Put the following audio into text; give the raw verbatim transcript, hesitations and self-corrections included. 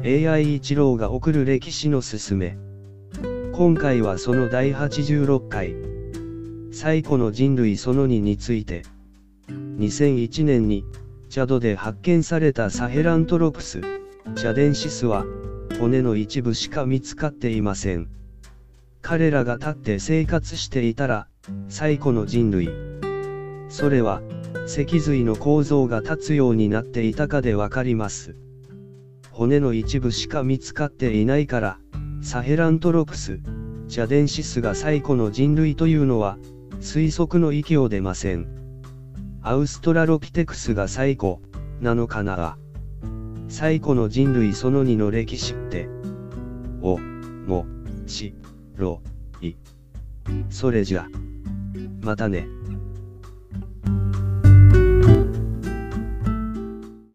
エーアイ 一郎が送る歴史のすすめ。今回はそのだいはちじゅうろっかい、最古の人類そのにについて。にせんいちねんに、チャドで発見されたサヘラントロプス、チャデンシスは、骨の一部しか見つかっていません。彼らが立って生活していたら、最古の人類。それは、脊髄の構造が立つようになっていたかでわかります。骨の一部しか見つかっていないから、サヘラントロプス、チャデンシスが最古の人類というのは、推測の域を出ません。アウストラロピテクスが最古、なのかな。最古の人類そのにの歴史って、お、も、し、ろ、い。それじゃ。またね。